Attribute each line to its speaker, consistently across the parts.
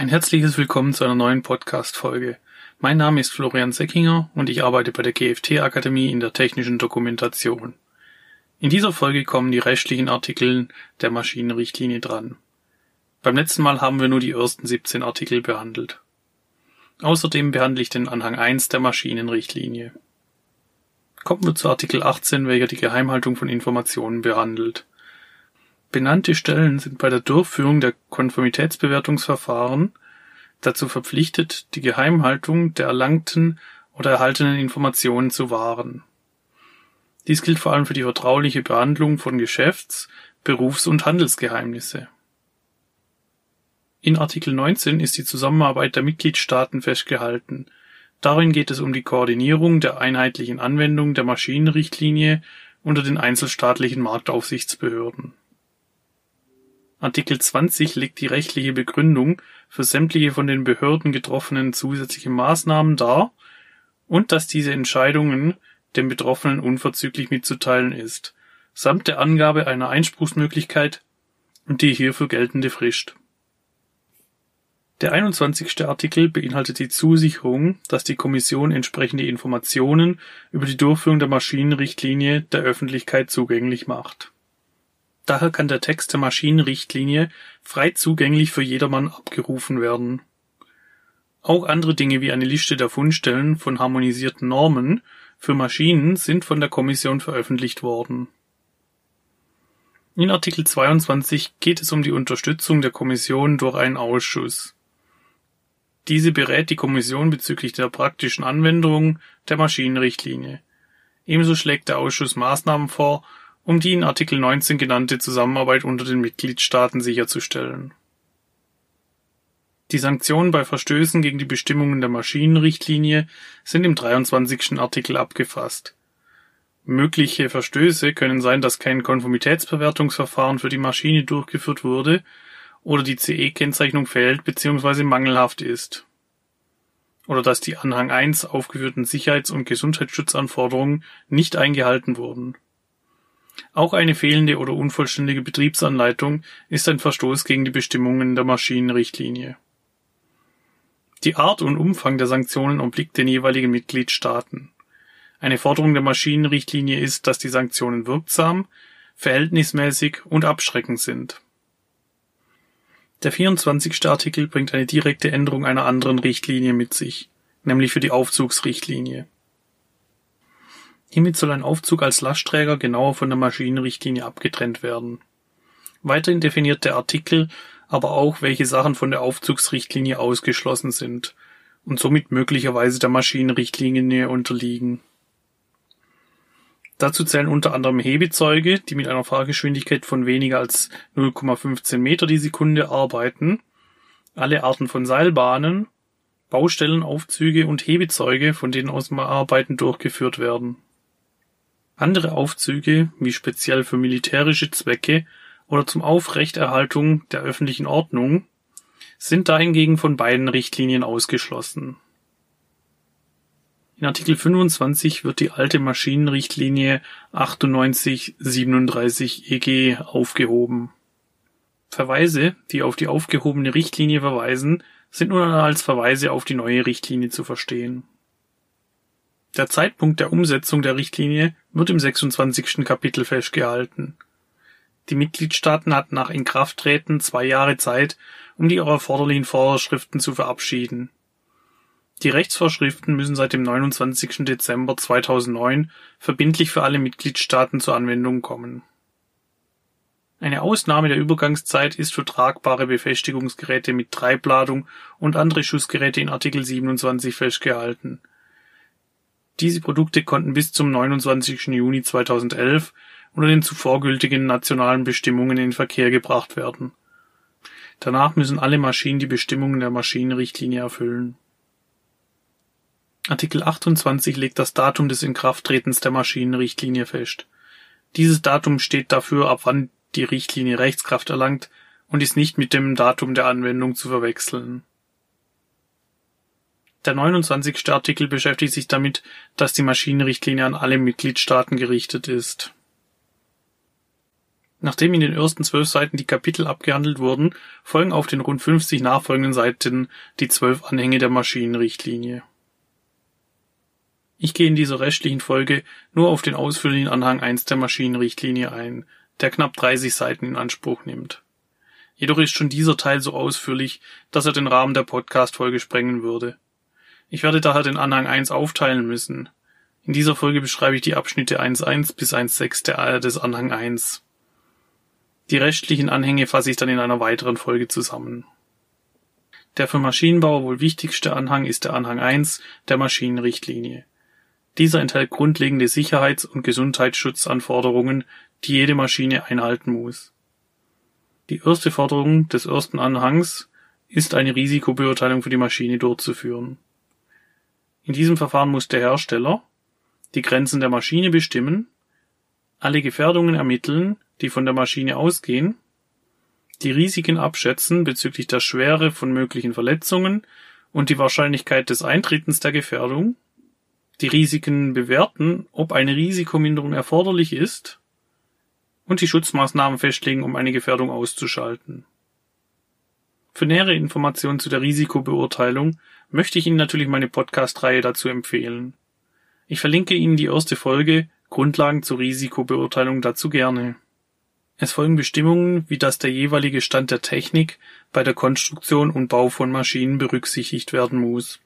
Speaker 1: herzliches Willkommen zu einer neuen Podcast-Folge. Mein Name ist Florian Seckinger und ich arbeite bei der GFT-Akademie in der technischen Dokumentation. In dieser Folge kommen die restlichen Artikel der Maschinenrichtlinie dran. Beim letzten Mal haben wir nur die ersten 17 Artikel behandelt. Außerdem behandle ich den Anhang 1 der Maschinenrichtlinie. Kommen wir zu Artikel 18, welcher die Geheimhaltung von Informationen behandelt. Benannte Stellen sind bei der Durchführung der Konformitätsbewertungsverfahren dazu verpflichtet, die Geheimhaltung der erlangten oder erhaltenen Informationen zu wahren. Dies gilt vor allem für die vertrauliche Behandlung von Geschäfts-, Berufs- und Handelsgeheimnisse. In Artikel 19 ist die Zusammenarbeit der Mitgliedstaaten festgehalten. Darin geht es um die Koordinierung der einheitlichen Anwendung der Maschinenrichtlinie unter den einzelstaatlichen Marktaufsichtsbehörden. Artikel 20 legt die rechtliche Begründung für sämtliche von den Behörden getroffenen zusätzliche Maßnahmen dar und dass diese Entscheidungen dem Betroffenen unverzüglich mitzuteilen ist, samt der Angabe einer Einspruchsmöglichkeit und die hierfür geltende Frist. Der 21. Artikel beinhaltet die Zusicherung, dass die Kommission entsprechende Informationen über die Durchführung der Maschinenrichtlinie der Öffentlichkeit zugänglich macht. Daher kann der Text der Maschinenrichtlinie frei zugänglich für jedermann abgerufen werden. Auch andere Dinge wie eine Liste der Fundstellen von harmonisierten Normen für Maschinen sind von der Kommission veröffentlicht worden. In Artikel 22 geht es um die Unterstützung der Kommission durch einen Ausschuss. Diese berät die Kommission bezüglich der praktischen Anwendung der Maschinenrichtlinie. Ebenso schlägt der Ausschuss Maßnahmen vor, um die in Artikel 19 genannte Zusammenarbeit unter den Mitgliedstaaten sicherzustellen. Die Sanktionen bei Verstößen gegen die Bestimmungen der Maschinenrichtlinie sind im 23. Artikel abgefasst. Mögliche Verstöße können sein, dass kein Konformitätsbewertungsverfahren für die Maschine durchgeführt wurde oder die CE-Kennzeichnung fehlt bzw. mangelhaft ist. Oder dass die Anhang 1 aufgeführten Sicherheits- und Gesundheitsschutzanforderungen nicht eingehalten wurden. Auch eine fehlende oder unvollständige Betriebsanleitung ist ein Verstoß gegen die Bestimmungen der Maschinenrichtlinie. Die Art und Umfang der Sanktionen obliegt den jeweiligen Mitgliedstaaten. Eine Forderung der Maschinenrichtlinie ist, dass die Sanktionen wirksam, verhältnismäßig und abschreckend sind. Der 24. Artikel bringt eine direkte Änderung einer anderen Richtlinie mit sich, nämlich für die Aufzugsrichtlinie. Hiermit soll ein Aufzug als Lastträger genauer von der Maschinenrichtlinie abgetrennt werden. Weiterhin definiert der Artikel aber auch, welche Sachen von der Aufzugsrichtlinie ausgeschlossen sind und somit möglicherweise der Maschinenrichtlinie unterliegen. Dazu zählen unter anderem Hebezeuge, die mit einer Fahrgeschwindigkeit von weniger als 0,15 Meter die Sekunde arbeiten, alle Arten von Seilbahnen, Baustellenaufzüge und Hebezeuge, von denen aus Arbeiten durchgeführt werden. Andere Aufzüge, wie speziell für militärische Zwecke oder zum Aufrechterhaltung der öffentlichen Ordnung, sind dahingegen von beiden Richtlinien ausgeschlossen. In Artikel 25 wird die alte Maschinenrichtlinie 9837 EG aufgehoben. Verweise, die auf die aufgehobene Richtlinie verweisen, sind nun als Verweise auf die neue Richtlinie zu verstehen. Der Zeitpunkt der Umsetzung der Richtlinie wird im 26. Kapitel festgehalten. Die Mitgliedstaaten hatten nach Inkrafttreten 2 Jahre Zeit, um die erforderlichen Vorschriften zu verabschieden. Die Rechtsvorschriften müssen seit dem 29. Dezember 2009 verbindlich für alle Mitgliedstaaten zur Anwendung kommen. Eine Ausnahme der Übergangszeit ist für tragbare Befestigungsgeräte mit Treibladung und andere Schussgeräte in Artikel 27 festgehalten. Diese Produkte konnten bis zum 29. Juni 2011 unter den zuvor gültigen nationalen Bestimmungen in Verkehr gebracht werden. Danach müssen alle Maschinen die Bestimmungen der Maschinenrichtlinie erfüllen. Artikel 28 legt das Datum des Inkrafttretens der Maschinenrichtlinie fest. Dieses Datum steht dafür, ab wann die Richtlinie Rechtskraft erlangt und ist nicht mit dem Datum der Anwendung zu verwechseln. Der 29. Artikel beschäftigt sich damit, dass die Maschinenrichtlinie an alle Mitgliedstaaten gerichtet ist. Nachdem in den ersten 12 Seiten die Kapitel abgehandelt wurden, folgen auf den rund 50 nachfolgenden Seiten die 12 Anhänge der Maschinenrichtlinie. Ich gehe in dieser restlichen Folge nur auf den ausführlichen Anhang 1 der Maschinenrichtlinie ein, der knapp 30 Seiten in Anspruch nimmt. Jedoch ist schon dieser Teil so ausführlich, dass er den Rahmen der Podcast-Folge sprengen würde. Ich werde daher den Anhang 1 aufteilen müssen. In dieser Folge beschreibe ich die Abschnitte 1.1 bis 1.6 des Anhang 1. Die restlichen Anhänge fasse ich dann in einer weiteren Folge zusammen. Der für Maschinenbauer wohl wichtigste Anhang ist der Anhang 1 der Maschinenrichtlinie. Dieser enthält grundlegende Sicherheits- und Gesundheitsschutzanforderungen, die jede Maschine einhalten muss. Die erste Forderung des ersten Anhangs ist, eine Risikobeurteilung für die Maschine durchzuführen. In diesem Verfahren muss der Hersteller die Grenzen der Maschine bestimmen, alle Gefährdungen ermitteln, die von der Maschine ausgehen, die Risiken abschätzen bezüglich der Schwere von möglichen Verletzungen und die Wahrscheinlichkeit des Eintretens der Gefährdung, die Risiken bewerten, ob eine Risikominderung erforderlich ist, und die Schutzmaßnahmen festlegen, um eine Gefährdung auszuschalten. Für nähere Informationen zu der Risikobeurteilung möchte ich Ihnen natürlich meine Podcast-Reihe dazu empfehlen. Ich verlinke Ihnen die erste Folge Grundlagen zur Risikobeurteilung dazu gerne. Es folgen Bestimmungen, wie das der jeweilige Stand der Technik bei der Konstruktion und Bau von Maschinen berücksichtigt werden muss.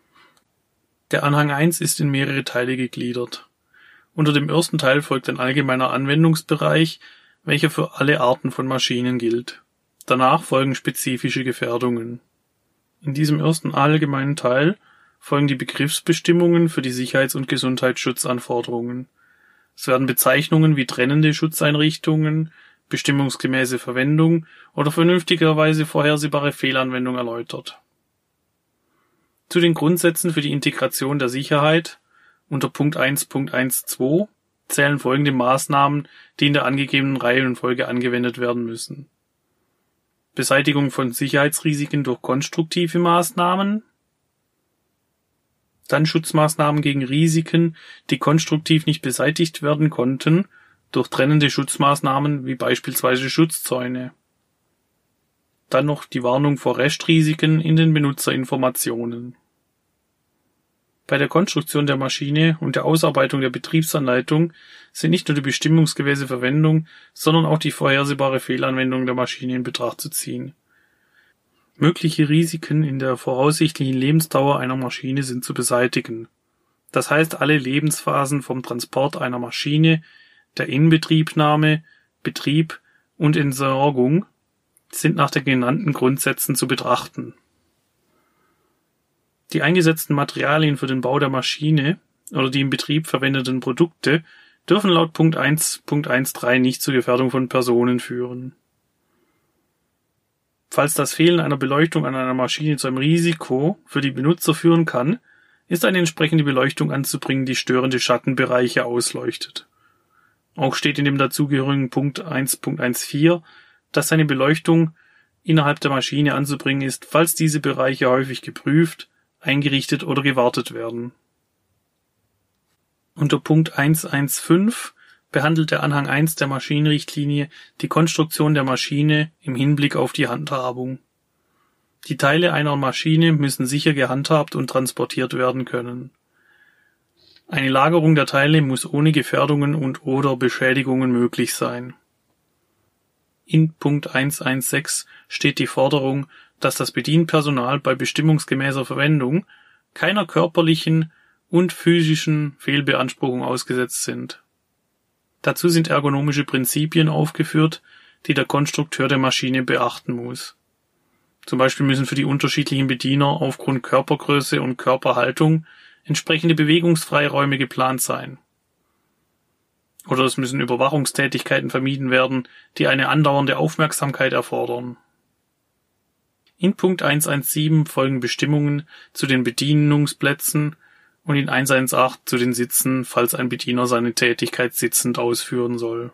Speaker 1: Der Anhang 1 ist in mehrere Teile gegliedert. Unter dem ersten Teil folgt ein allgemeiner Anwendungsbereich, welcher für alle Arten von Maschinen gilt. Danach folgen spezifische Gefährdungen. In diesem ersten allgemeinen Teil folgen die Begriffsbestimmungen für die Sicherheits- und Gesundheitsschutzanforderungen. Es werden Bezeichnungen wie trennende Schutzeinrichtungen, bestimmungsgemäße Verwendung oder vernünftigerweise vorhersehbare Fehlanwendung erläutert. Zu den Grundsätzen für die Integration der Sicherheit unter Punkt 1.1.2 zählen folgende Maßnahmen, die in der angegebenen Reihenfolge angewendet werden müssen. Beseitigung von Sicherheitsrisiken durch konstruktive Maßnahmen, dann Schutzmaßnahmen gegen Risiken, die konstruktiv nicht beseitigt werden konnten, durch trennende Schutzmaßnahmen wie beispielsweise Schutzzäune. Dann noch die Warnung vor Restrisiken in den Benutzerinformationen. Bei der Konstruktion der Maschine und der Ausarbeitung der Betriebsanleitung sind nicht nur die bestimmungsgemäße Verwendung, sondern auch die vorhersehbare Fehlanwendung der Maschine in Betracht zu ziehen. Mögliche Risiken in der voraussichtlichen Lebensdauer einer Maschine sind zu beseitigen. Das heißt, alle Lebensphasen vom Transport einer Maschine, der Inbetriebnahme, Betrieb und Entsorgung sind nach den genannten Grundsätzen zu betrachten. Die eingesetzten Materialien für den Bau der Maschine oder die im Betrieb verwendeten Produkte dürfen laut Punkt 1.1.3 nicht zur Gefährdung von Personen führen. Falls das Fehlen einer Beleuchtung an einer Maschine zu einem Risiko für die Benutzer führen kann, ist eine entsprechende Beleuchtung anzubringen, die störende Schattenbereiche ausleuchtet. Auch steht in dem dazugehörigen Punkt 1.1.4, dass eine Beleuchtung innerhalb der Maschine anzubringen ist, falls diese Bereiche häufig geprüft, eingerichtet oder gewartet werden. Unter Punkt 1.1.5 behandelt der Anhang 1 der Maschinenrichtlinie die Konstruktion der Maschine im Hinblick auf die Handhabung. Die Teile einer Maschine müssen sicher gehandhabt und transportiert werden können. Eine Lagerung der Teile muss ohne Gefährdungen und/oder Beschädigungen möglich sein. In Punkt 1.1.6 steht die Forderung, dass das Bedienpersonal bei bestimmungsgemäßer Verwendung keiner körperlichen und physischen Fehlbeanspruchung ausgesetzt sind. Dazu sind ergonomische Prinzipien aufgeführt, die der Konstrukteur der Maschine beachten muss. Zum Beispiel müssen für die unterschiedlichen Bediener aufgrund Körpergröße und Körperhaltung entsprechende Bewegungsfreiräume geplant sein. Oder es müssen Überwachungstätigkeiten vermieden werden, die eine andauernde Aufmerksamkeit erfordern. In Punkt 1.1.7 folgen Bestimmungen zu den Bedienungsplätzen und in 1.1.8 zu den Sitzen, falls ein Bediener seine Tätigkeit sitzend ausführen soll.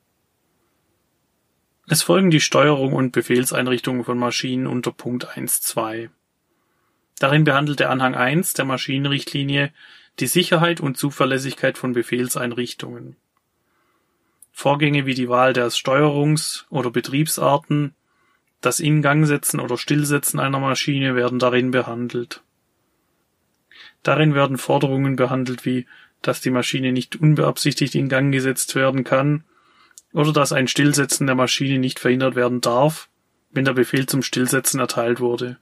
Speaker 1: Es folgen die Steuerung und Befehlseinrichtungen von Maschinen unter Punkt 1.2. Darin behandelt der Anhang 1 der Maschinenrichtlinie die Sicherheit und Zuverlässigkeit von Befehlseinrichtungen. Vorgänge wie die Wahl der Steuerungs- oder Betriebsarten, das Ingangsetzen oder Stillsetzen einer Maschine werden darin behandelt. Darin werden Forderungen behandelt wie, dass die Maschine nicht unbeabsichtigt in Gang gesetzt werden kann oder dass ein Stillsetzen der Maschine nicht verhindert werden darf, wenn der Befehl zum Stillsetzen erteilt wurde.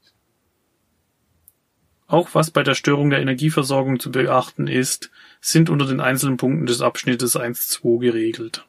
Speaker 1: Auch was bei der Störung der Energieversorgung zu beachten ist, sind unter den einzelnen Punkten des Abschnittes 1.2 geregelt.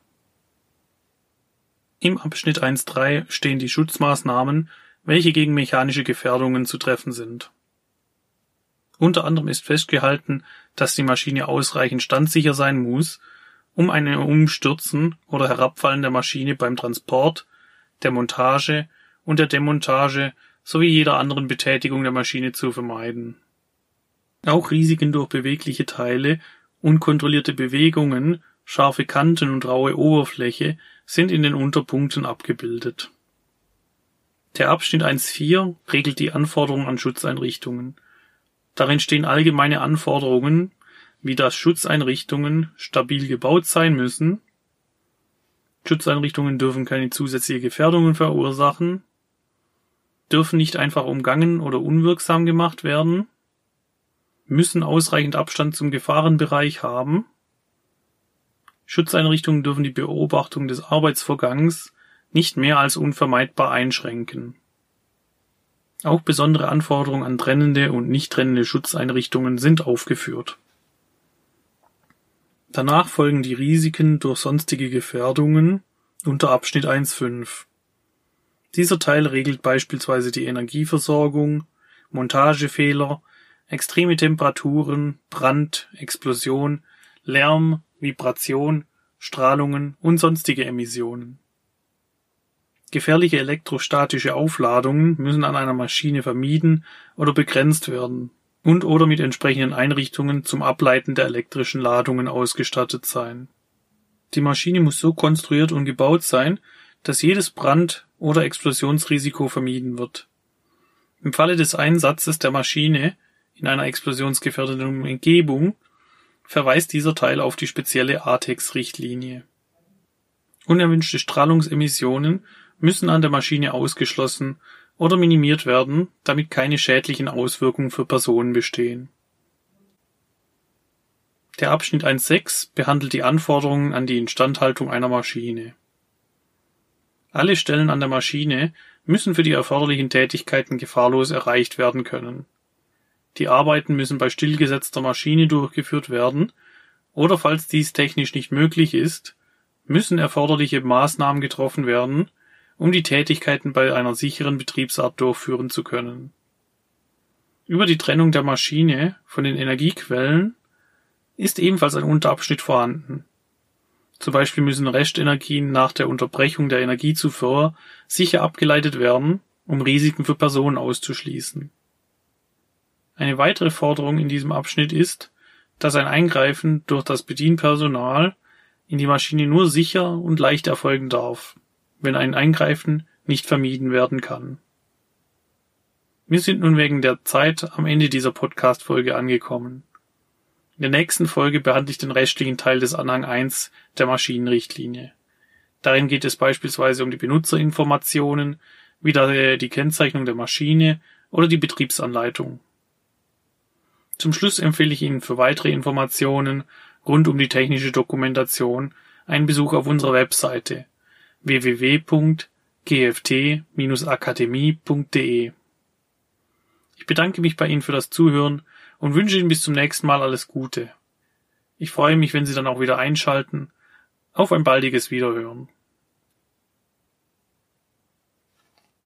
Speaker 1: Im Abschnitt 1.3 stehen die Schutzmaßnahmen, welche gegen mechanische Gefährdungen zu treffen sind. Unter anderem ist festgehalten, dass die Maschine ausreichend standsicher sein muss, um ein Umstürzen oder Herabfallen der Maschine beim Transport, der Montage und der Demontage sowie jeder anderen Betätigung der Maschine zu vermeiden. Auch Risiken durch bewegliche Teile, unkontrollierte Bewegungen, scharfe Kanten und raue Oberfläche sind in den Unterpunkten abgebildet. Der Abschnitt 1.4 regelt die Anforderungen an Schutzeinrichtungen. Darin stehen allgemeine Anforderungen, wie dass Schutzeinrichtungen stabil gebaut sein müssen, Schutzeinrichtungen dürfen keine zusätzliche Gefährdungen verursachen, dürfen nicht einfach umgangen oder unwirksam gemacht werden, müssen ausreichend Abstand zum Gefahrenbereich haben, Schutzeinrichtungen dürfen die Beobachtung des Arbeitsvorgangs nicht mehr als unvermeidbar einschränken. Auch besondere Anforderungen an trennende und nicht trennende Schutzeinrichtungen sind aufgeführt. Danach folgen die Risiken durch sonstige Gefährdungen unter Abschnitt 1.5. Dieser Teil regelt beispielsweise die Energieversorgung, Montagefehler, extreme Temperaturen, Brand, Explosion, Lärm, Vibration, Strahlungen und sonstige Emissionen. Gefährliche elektrostatische Aufladungen müssen an einer Maschine vermieden oder begrenzt werden und oder mit entsprechenden Einrichtungen zum Ableiten der elektrischen Ladungen ausgestattet sein. Die Maschine muss so konstruiert und gebaut sein, dass jedes Brand- oder Explosionsrisiko vermieden wird. Im Falle des Einsatzes der Maschine in einer explosionsgefährdeten Umgebung verweist dieser Teil auf die spezielle ATEX-Richtlinie. Unerwünschte Strahlungsemissionen müssen an der Maschine ausgeschlossen oder minimiert werden, damit keine schädlichen Auswirkungen für Personen bestehen. Der Abschnitt 1.6 behandelt die Anforderungen an die Instandhaltung einer Maschine. Alle Stellen an der Maschine müssen für die erforderlichen Tätigkeiten gefahrlos erreicht werden können. Die Arbeiten müssen bei stillgesetzter Maschine durchgeführt werden oder falls dies technisch nicht möglich ist, müssen erforderliche Maßnahmen getroffen werden, um die Tätigkeiten bei einer sicheren Betriebsart durchführen zu können. Über die Trennung der Maschine von den Energiequellen ist ebenfalls ein Unterabschnitt vorhanden. Zum Beispiel müssen Restenergien nach der Unterbrechung der Energiezufuhr sicher abgeleitet werden, um Risiken für Personen auszuschließen. Eine weitere Forderung in diesem Abschnitt ist, dass ein Eingreifen durch das Bedienpersonal in die Maschine nur sicher und leicht erfolgen darf, wenn ein Eingreifen nicht vermieden werden kann. Wir sind nun wegen der Zeit am Ende dieser Podcast-Folge angekommen. In der nächsten Folge behandle ich den restlichen Teil des Anhang 1 der Maschinenrichtlinie. Darin geht es beispielsweise um die Benutzerinformationen, wie die Kennzeichnung der Maschine oder die Betriebsanleitung. Zum Schluss empfehle ich Ihnen für weitere Informationen rund um die technische Dokumentation einen Besuch auf unserer Webseite www.gft-akademie.de. Ich bedanke mich bei Ihnen für das Zuhören und wünsche Ihnen bis zum nächsten Mal alles Gute. Ich freue mich, wenn Sie dann auch wieder einschalten. Auf ein baldiges Wiederhören.